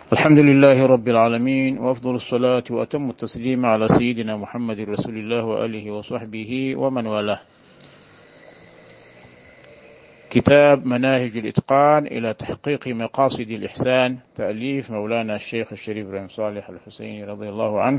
الحمد لله رب العالمين، وأفضل الصلاة وأتم التسليم على سيدنا محمد رسول الله وآله وصحبه ومن والاه. كتاب مناهج الإتقان إلى تحقيق مقاصد الإحسان، تأليف مولانا الشيخ الشريف بن صالح الحسيني رضي الله عنه.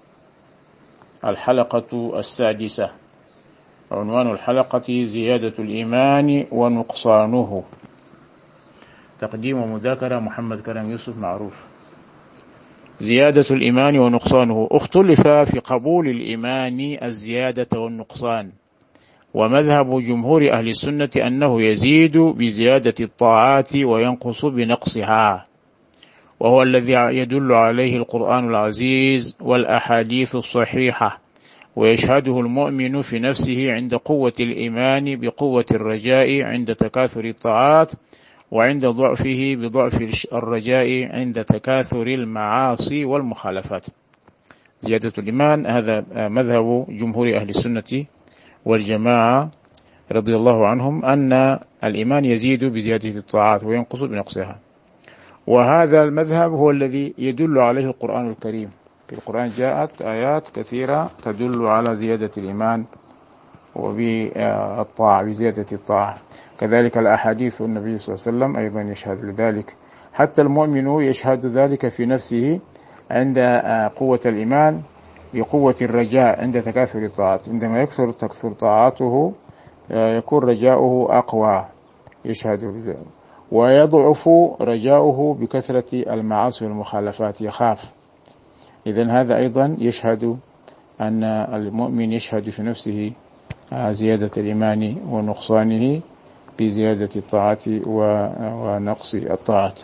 الحلقة السادسة، عنوان الحلقة زيادة الإيمان ونقصانه. تقديم ومذاكرة محمد كرم يوسف معروف. زيادة الإيمان ونقصانه. اختلف في قبول الإيمان الزيادة والنقصان، ومذهب جمهور أهل السنة أنه يزيد بزيادة الطاعات وينقص بنقصها، وهو الذي يدل عليه القرآن العزيز والأحاديث الصحيحة، ويشهده المؤمن في نفسه عند قوة الإيمان بقوة الرجاء عند تكاثر الطاعات، وعند ضعفه بضعف الرجاء عند تكاثر المعاصي والمخالفات. زيادة الإيمان هذا مذهب جمهور أهل السنة والجماعة رضي الله عنهم، أن الإيمان يزيد بزيادة الطاعات وينقص بنقصها، وهذا المذهب هو الذي يدل عليه القرآن الكريم. في القرآن جاءت آيات كثيرة تدل على زيادة الإيمان وبالطاعة، بزيادة الطاعة. كذلك الأحاديث، النبي صلى الله عليه وسلم أيضا يشهد لذلك، حتى المؤمن يشهد ذلك في نفسه عند قوة الإيمان بقوة الرجاء عند تكاثر الطاعات. عندما تكثر طاعاته يكون رجاؤه أقوى، يشهد بذلك، ويضعف رجاؤه بكثرة المعاصي والمخالفات، يخاف. إذن هذا أيضا يشهد أن المؤمن يشهد في نفسه زيادة الإيمان ونقصانه بزيادة الطاعات ونقص الطاعات.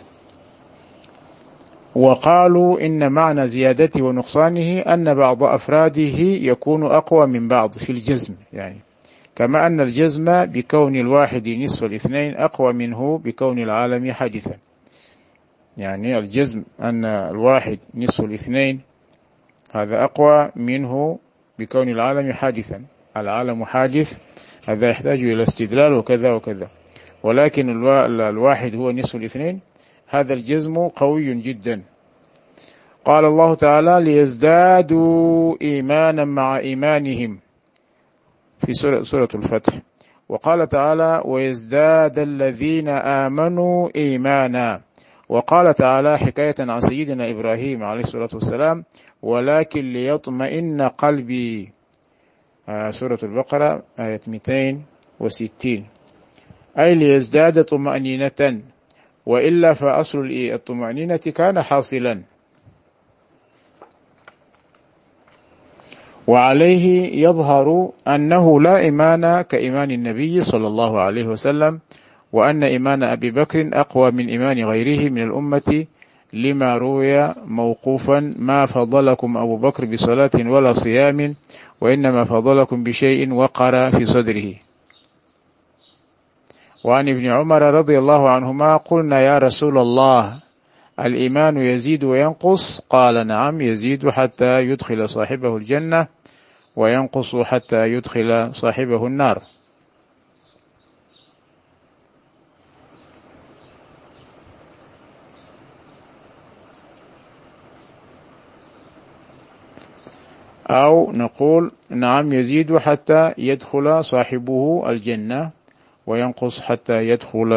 وقالوا إن معنى زيادته ونقصانه أن بعض أفراده يكون أقوى من بعض في الجزم، يعني كما أن الجزم بكون الواحد نصف الاثنين أقوى منه بكون العالم حادثا. يعني الجزم أن الواحد نصف الاثنين هذا أقوى منه بكون العالم حادثا. العالم حادث، هذا يحتاج إلى استدلال وكذا وكذا، ولكن الواحد هو نصف الاثنين، هذا الجزم قوي جدا. قال الله تعالى: ليزدادوا إيمانا مع إيمانهم في سورة الفتح. وقال تعالى: ويزداد الذين آمنوا إيمانا. وقال تعالى حكاية عن سيدنا إبراهيم عليه الصلاة والسلام: ولكن ليطمئن قلبي. سورة البقرة آية 260، أي ليزداد طمأنينة، وإلا فأصل الطمأنينة كان حاصلا. وعليه يظهر أنه لا إيمان كإيمان النبي صلى الله عليه وسلم، وأن إيمان أبي بكر أقوى من إيمان غيره من الأمة، لما روي موقوفا: ما فضلكم أبو بكر بصلاة ولا صيام، وإنما فضلكم بشيء وقر في صدره. وعن ابن عمر رضي الله عنهما: قلنا يا رسول الله، الإيمان يزيد وينقص؟ قال: نعم، يزيد حتى يدخل صاحبه الجنة، وينقص حتى يدخل صاحبه النار. أو نقول نعم، يزيد حتى يدخل صاحبه الجنة، وينقص حتى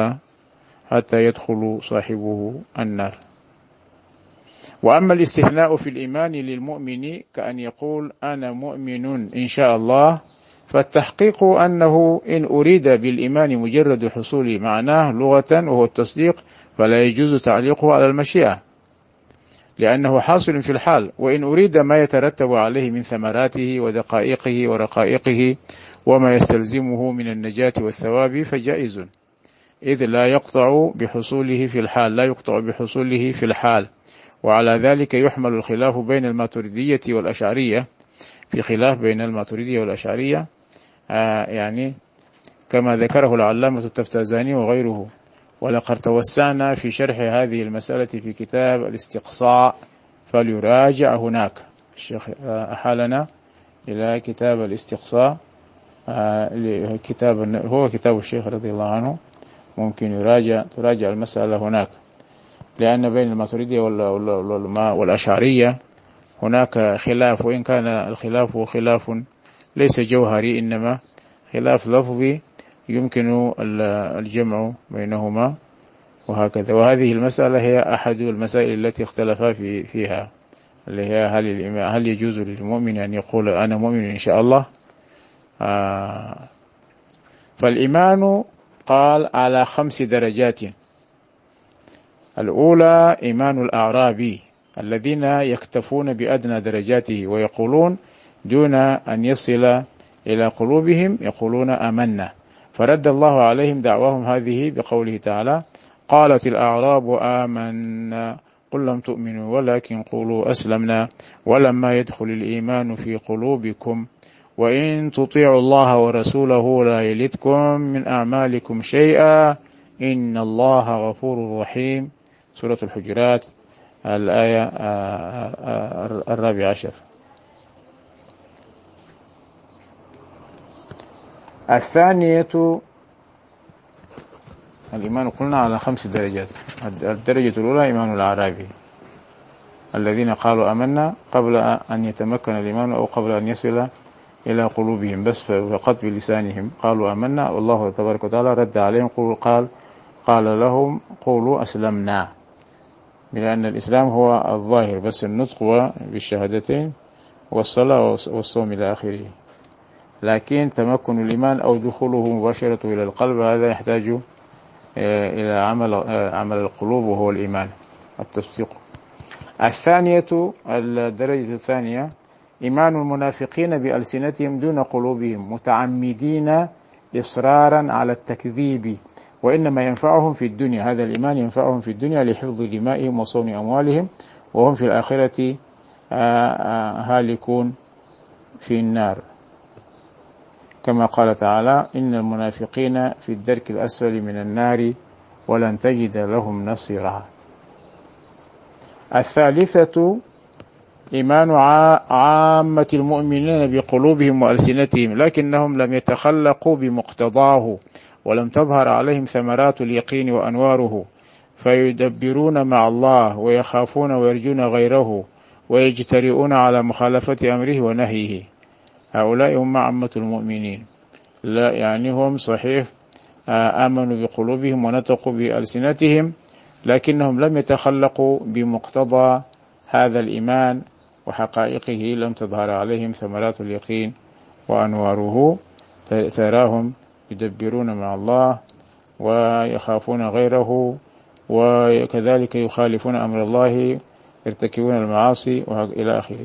يدخل صاحبه النار. وأما الاستثناء في الإيمان للمؤمن كأن يقول: أنا مؤمن إن شاء الله، فالتحقيق أنه إن أريد بالإيمان مجرد حصول معناه لغة وهو التصديق، فلا يجوز تعليقه على المشيئة، لأنه حاصل في الحال. وإن أريد ما يترتب عليه من ثمراته ودقائقه ورقائقه وما يستلزمه من النجاة والثواب فجائز، إذ لا يقطع بحصوله في الحال. وعلى ذلك يحمل الخلاف بين الماتريدية والأشعرية، في خلاف بين الماتريدية والأشعرية يعني كما ذكره العلامة التفتازاني وغيره. ولقد توسعنا في شرح هذه المسألة في كتاب الاستقصاء، فليراجع هناك. الشيخ أحالنا إلى كتاب الاستقصاء، هو كتاب الشيخ رضي الله عنه، ممكن تراجع المسألة هناك. لأن بين الماتريدية والأشعرية هناك خلاف، وإن كان الخلاف خلاف ليس جوهري إنما خلاف لفظي يمكن الجمع بينهما وهكذا. وهذه المسألة هي أحد المسائل التي اختلفا فيها، اللي هي هل يجوز للمؤمن أن يقول أنا مؤمن إن شاء الله. فالإيمان قال على 5 درجات. الأولى إيمان الأعرابي الذين يكتفون بأدنى درجاته ويقولون دون أن يصل إلى قلوبهم يقولون آمنا، فرد الله عليهم دعواهم هذه بقوله تعالى قالت الأعراب آمنا قل لم تؤمنوا ولكن قولوا أسلمنا ولما يدخل الإيمان في قلوبكم وإن تطيعوا الله ورسوله لا يلدكم من أعمالكم شيئا إن الله غفور رحيم. سورة الحجرات الآية 14. الثانية الإيمان قلنا على 5 درجات. الدرجة الأولى إيمان الأعرابي الذين قالوا آمنا قبل أن يتمكن الإيمان أو قبل أن يصل إلى قلوبهم، بس فقط بلسانهم قالوا آمنا، والله تبارك وتعالى رد عليهم قال لهم قولوا أسلمنا، لأن الإسلام هو الظاهر بس النطق بالشهادتين والصلاة والصوم إلى آخره، لكن تمكن الإيمان أو دخوله مباشرة إلى القلب هذا يحتاج إلى عمل القلوب وهو الإيمان التصديق. الثانية الدرجة الثانية إيمان المنافقين بألسنتهم دون قلوبهم متعمدين إصرارا على التكذيب، وإنما ينفعهم في الدنيا، هذا الإيمان ينفعهم في الدنيا لحفظ دمائهم وصون أموالهم، وهم في الآخرة هالكون في النار، كما قال تعالى إن المنافقين في الدرك الأسفل من النار ولن تجد لهم نصيرا. الثالثة إيمان عامة المؤمنين بقلوبهم وألسنتهم لكنهم لم يتخلقوا بمقتضاه ولم تظهر عليهم ثمرات اليقين وأنواره، فيدبرون مع الله ويخافون ويرجون غيره ويجترئون على مخالفة أمره ونهيه. هؤلاء هم عامة المؤمنين، لا يعني هم صحيح آمنوا بقلوبهم ونطقوا بألسنتهم لكنهم لم يتخلقوا بمقتضى هذا الإيمان وحقائقه، لم تظهر عليهم ثمرات اليقين وأنواره، تراهم يدبرون مع الله ويخافون غيره وكذلك يخالفون أمر الله يرتكبون المعاصي إلى آخره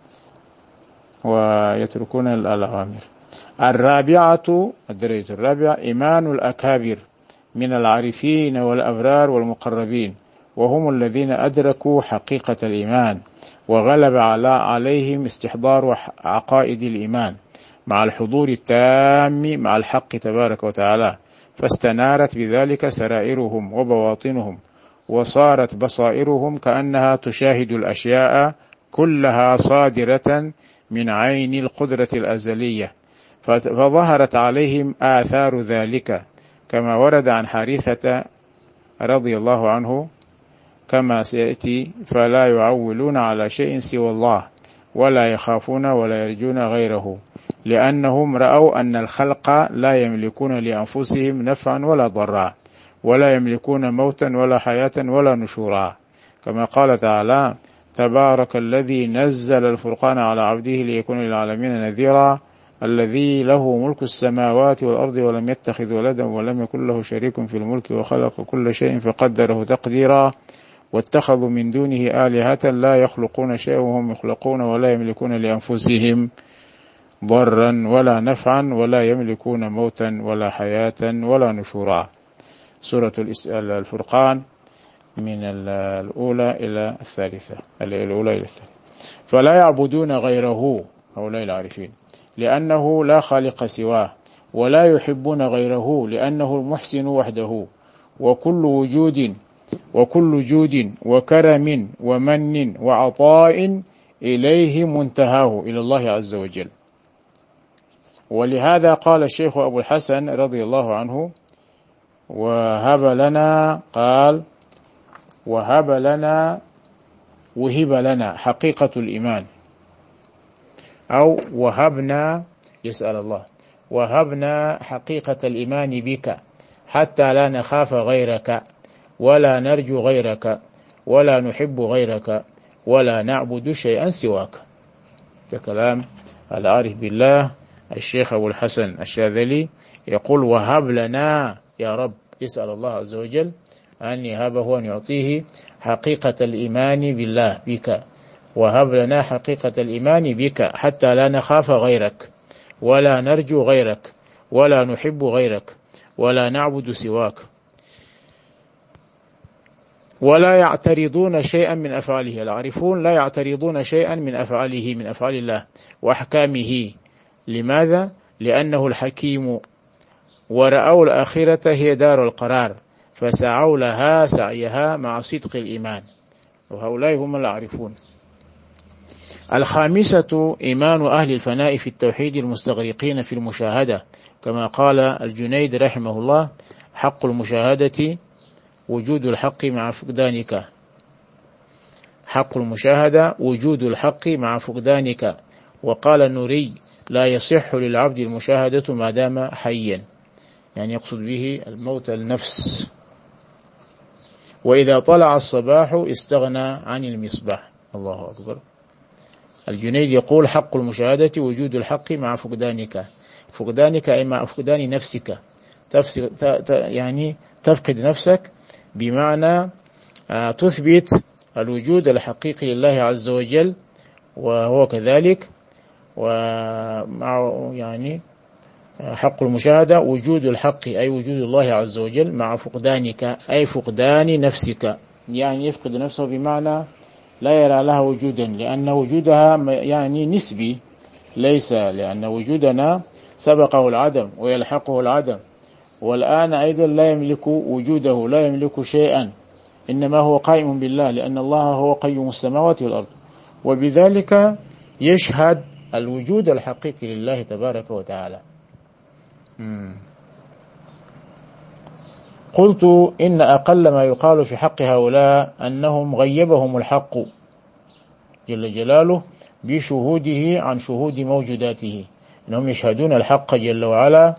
ويتركون الأوامر. الرابعة الدرجة الرابعة إيمان الأكابر من العارفين والأبرار والمقربين، وهم الذين أدركوا حقيقة الإيمان وغلب عليهم استحضار عقائد الإيمان مع الحضور التام مع الحق تبارك وتعالى، فاستنارت بذلك سرائرهم وبواطنهم وصارت بصائرهم كأنها تشاهد الأشياء كلها صادرة من عين القدرة الأزلية، فظهرت عليهم آثار ذلك كما ورد عن حارثة رضي الله عنه كما سيأتي فلا يعولون على شيء سوى الله ولا يخافون ولا يرجون غيره، لأنهم رأوا أن الخلق لا يملكون لأنفسهم نفعا ولا ضرا ولا يملكون موتا ولا حياة ولا نشورا، كما قال تعالى تبارك الذي نزل الفرقان على عبده ليكون للعالمين نذيرا الذي له ملك السماوات والأرض ولم يتخذ ولدا ولم يكن له شريك في الملك وخلق كل شيء فقدره تقديرا واتخذوا من دونه آلهة لا يخلقون شيئا وهم يخلقون ولا يملكون لأنفسهم ضرا ولا نفعا ولا يملكون موتا ولا حياة ولا نشورا. سورة الفرقان من الأولى إلى الثالثة. فلا يعبدون غيره هؤلاء العارفين لأنه لا خالق سواه، ولا يحبون غيره لأنه المحسن وحده، وكل جود وكرم ومن وعطاء إليه منتهاه إلى الله عز وجل. ولهذا قال الشيخ أبو الحسن رضي الله عنه وهب لنا قال وهب لنا حقيقة الإيمان، أو وهبنا، يسأل الله، وهبنا حقيقة الإيمان بك حتى لا نخاف غيرك ولا نرجو غيرك ولا نحب غيرك ولا نعبد شيئا سواك. ده كلام العارف بالله الشيخ أبو الحسن الشاذلي، يقول وهب لنا يا رب، يسأل الله عز وجل أن يهبه وأن يعطيه حقيقة الإيمان بالله بك، وهب لنا حقيقة الإيمان بك حتى لا نخاف غيرك ولا نرجو غيرك ولا نحب غيرك ولا نعبد سواك، ولا يعترضون شيئا من أفعاله. العارفون لا يعترضون شيئا من أفعاله، من أفعال الله وأحكامه. لماذا؟ لأنه الحكيم، ورأوا الآخرة هي دار القرار فسعوا لها سعيها مع صدق الإيمان، وهؤلاء هم العارفون. الخامسة إيمان أهل الفناء في التوحيد المستغرقين في المشاهدة، كما قال الجنيد رحمه الله: حق المشاهدة وجود الحق مع فقدانك، حق المشاهدة وجود الحق مع فقدانك. وقال النوري: لا يصح للعبد المشاهدة ما دام حيا، يعني يقصد به الموت النفس. وإذا طلع الصباح استغنى عن المصباح. الله أكبر. الجنيد يقول: حق المشاهدة وجود الحق مع فقدانك، فقدانك أي مع فقدان نفسك، يعني تفقد نفسك، بمعنى تثبت الوجود الحقيقي لله عز وجل وهو كذلك. ومع يعني حق المشاهدة وجود الحق أي وجود الله عز وجل مع فقدانك أي فقدان نفسك، يعني يفقد نفسه بمعنى لا يرى لها وجودا، لأن وجودها يعني نسبي، ليس لأن وجودنا سبقه العدم ويلحقه العدم، والآن أيضا لا يملك وجوده، لا يملك شيئا، إنما هو قائم بالله، لأن الله هو قيوم السماوات والأرض، وبذلك يشهد الوجود الحقيقي لله تبارك وتعالى. قلت: إن أقل ما يقال في حق هؤلاء أنهم غيبهم الحق جل جلاله بشهوده عن شهود موجوداته، أنهم يشهدون الحق جل وعلا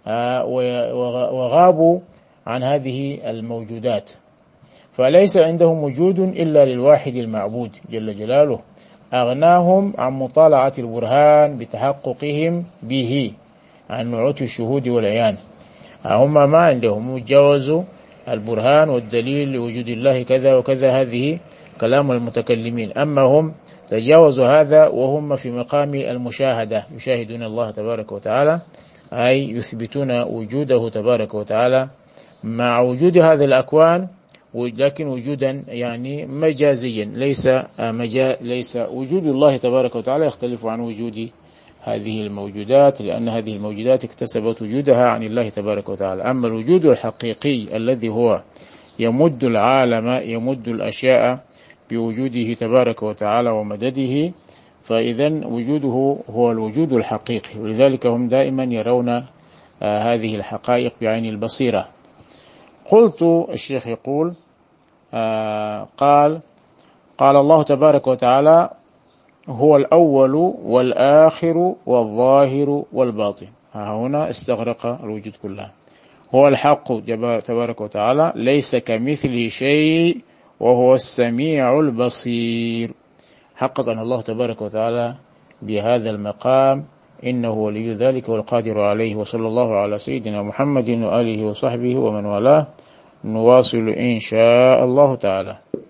وغابوا عن هذه الموجودات، فليس عندهم وجود إلا للواحد المعبود جل جلاله، أغناهم عن مطالعة البرهان بتحققهم به عن نعوت الشهود والعيان. هم ما عندهم، جاوزوا البرهان والدليل لوجود الله كذا وكذا، هذه كلام المتكلمين. أما هم تجاوزوا هذا وهم في مقام المشاهدة، يشاهدون الله تبارك وتعالى، أي يثبتون وجوده تبارك وتعالى مع وجود هذه الأكوان، لكن وجودا يعني مجازيا، ليس وجود الله تبارك وتعالى يختلف عن وجود هذه الموجودات، لأن هذه الموجودات اكتسبت وجودها عن الله تبارك وتعالى. أما الوجود الحقيقي الذي هو يمد العالم، يمد الأشياء بوجوده تبارك وتعالى ومدده، فإذن وجوده هو الوجود الحقيقي، ولذلك هم دائما يرون هذه الحقائق بعين البصيرة. قلت: الشيخ يقول قال الله تبارك وتعالى: هو الأول والآخر والظاهر والباطن. هنا استغرق الوجود كله. هو الحق تبارك وتعالى، ليس كمثله شيء وهو السميع البصير. حقق أن الله تبارك وتعالى بهذا المقام، إنه ولي ذلك والقادر عليه. وصلى الله على سيدنا محمد وآله وصحبه ومن والاه. نواصل إن شاء الله تعالى.